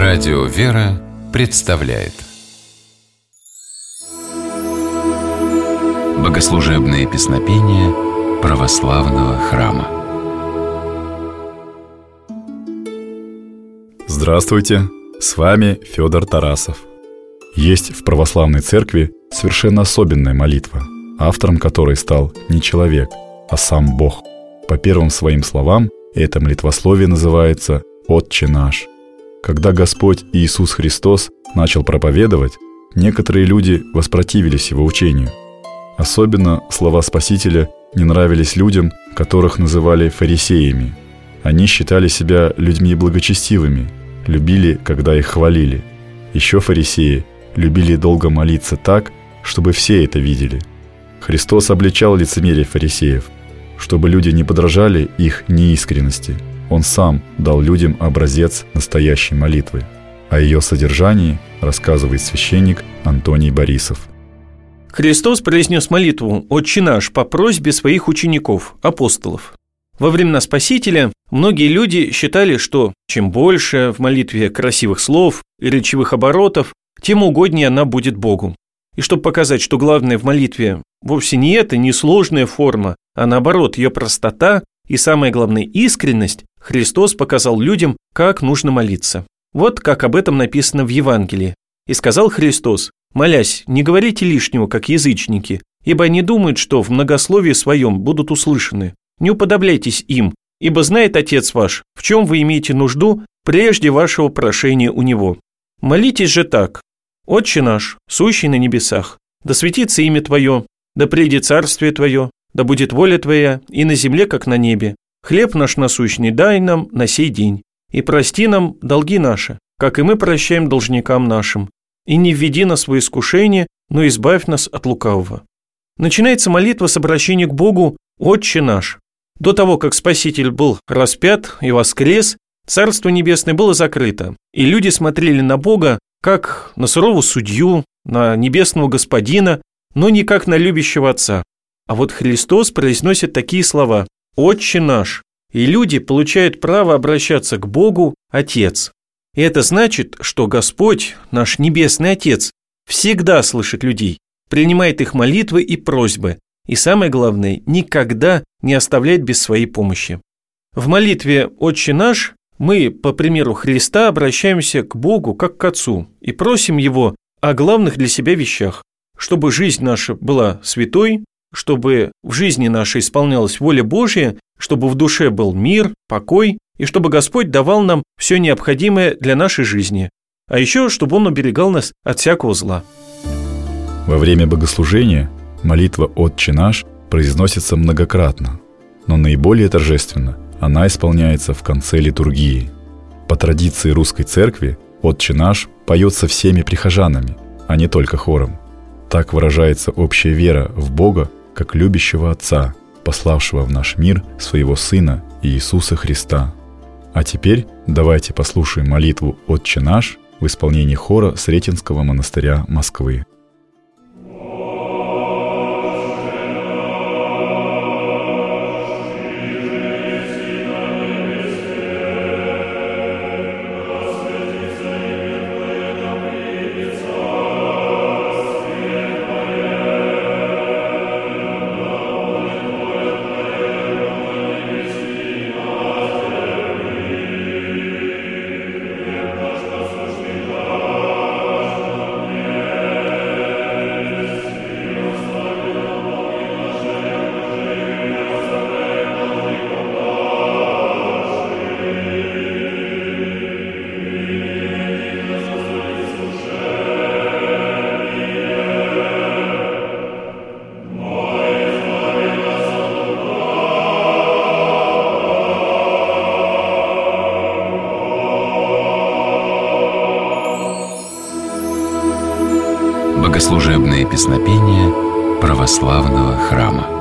Радио «Вера» представляет богослужебные песнопения православного храма. Здравствуйте! С вами Федор Тарасов. Есть в православной церкви совершенно особенная молитва, автором которой стал не человек, а сам Бог. По первым своим словам, это молитвословие называется «Отче наш». Когда Господь Иисус Христос начал проповедовать, некоторые люди воспротивились Его учению. Особенно слова Спасителя не нравились людям, которых называли фарисеями. Они считали себя людьми благочестивыми, любили, когда их хвалили. Еще фарисеи любили долго молиться так, чтобы все это видели. Христос обличал лицемерие фарисеев, чтобы люди не подражали их неискренности. Он сам дал людям образец настоящей молитвы. О ее содержании рассказывает священник Антоний Борисов. Христос произнес молитву «Отче наш» по просьбе своих учеников, апостолов. Во времена Спасителя многие люди считали, что чем больше в молитве красивых слов и речевых оборотов, тем угоднее она будет Богу. И чтобы показать, что главное в молитве вовсе не это, не сложная форма, а наоборот, ее простота и, самое главное, искренность, Христос показал людям, как нужно молиться. Вот как об этом написано в Евангелии. «И сказал Христос: молясь, не говорите лишнего, как язычники, ибо они думают, что в многословии своем будут услышаны. Не уподобляйтесь им, ибо знает Отец ваш, в чем вы имеете нужду прежде вашего прошения у Него. Молитесь же так: Отче наш, сущий на небесах, да светится имя Твое, да придет царствие Твое, да будет воля Твоя и на земле, как на небе. Хлеб наш насущный дай нам на сей день, и прости нам долги наши, как и мы прощаем должникам нашим. И не введи нас в искушение, но избавь нас от лукавого». Начинается молитва с обращения к Богу «Отче наш». До того, как Спаситель был распят и воскрес, Царство Небесное было закрыто, и люди смотрели на Бога как на сурового судью, на небесного Господина, но не как на любящего Отца. А вот Христос произносит такие слова «Отче наш», и люди получают право обращаться к Богу Отец. И это значит, что Господь, наш Небесный Отец, всегда слышит людей, принимает их молитвы и просьбы, и самое главное, никогда не оставляет без своей помощи. В молитве «Отче наш» мы, по примеру Христа, обращаемся к Богу как к Отцу и просим Его о главных для себя вещах, чтобы жизнь наша была святой, чтобы в жизни нашей исполнялась воля Божья, чтобы в душе был мир, покой, и чтобы Господь давал нам все необходимое для нашей жизни, а еще, чтобы Он уберегал нас от всякого зла. Во время богослужения молитва «Отче наш» произносится многократно, но наиболее торжественно она исполняется в конце литургии. По традиции русской церкви «Отче наш» поется всеми прихожанами, а не только хором. Так выражается общая вера в Бога как любящего Отца, пославшего в наш мир своего Сына Иисуса Христа. А теперь давайте послушаем молитву «Отче наш» в исполнении хора Сретенского монастыря Москвы. Богослужебные песнопения православного храма.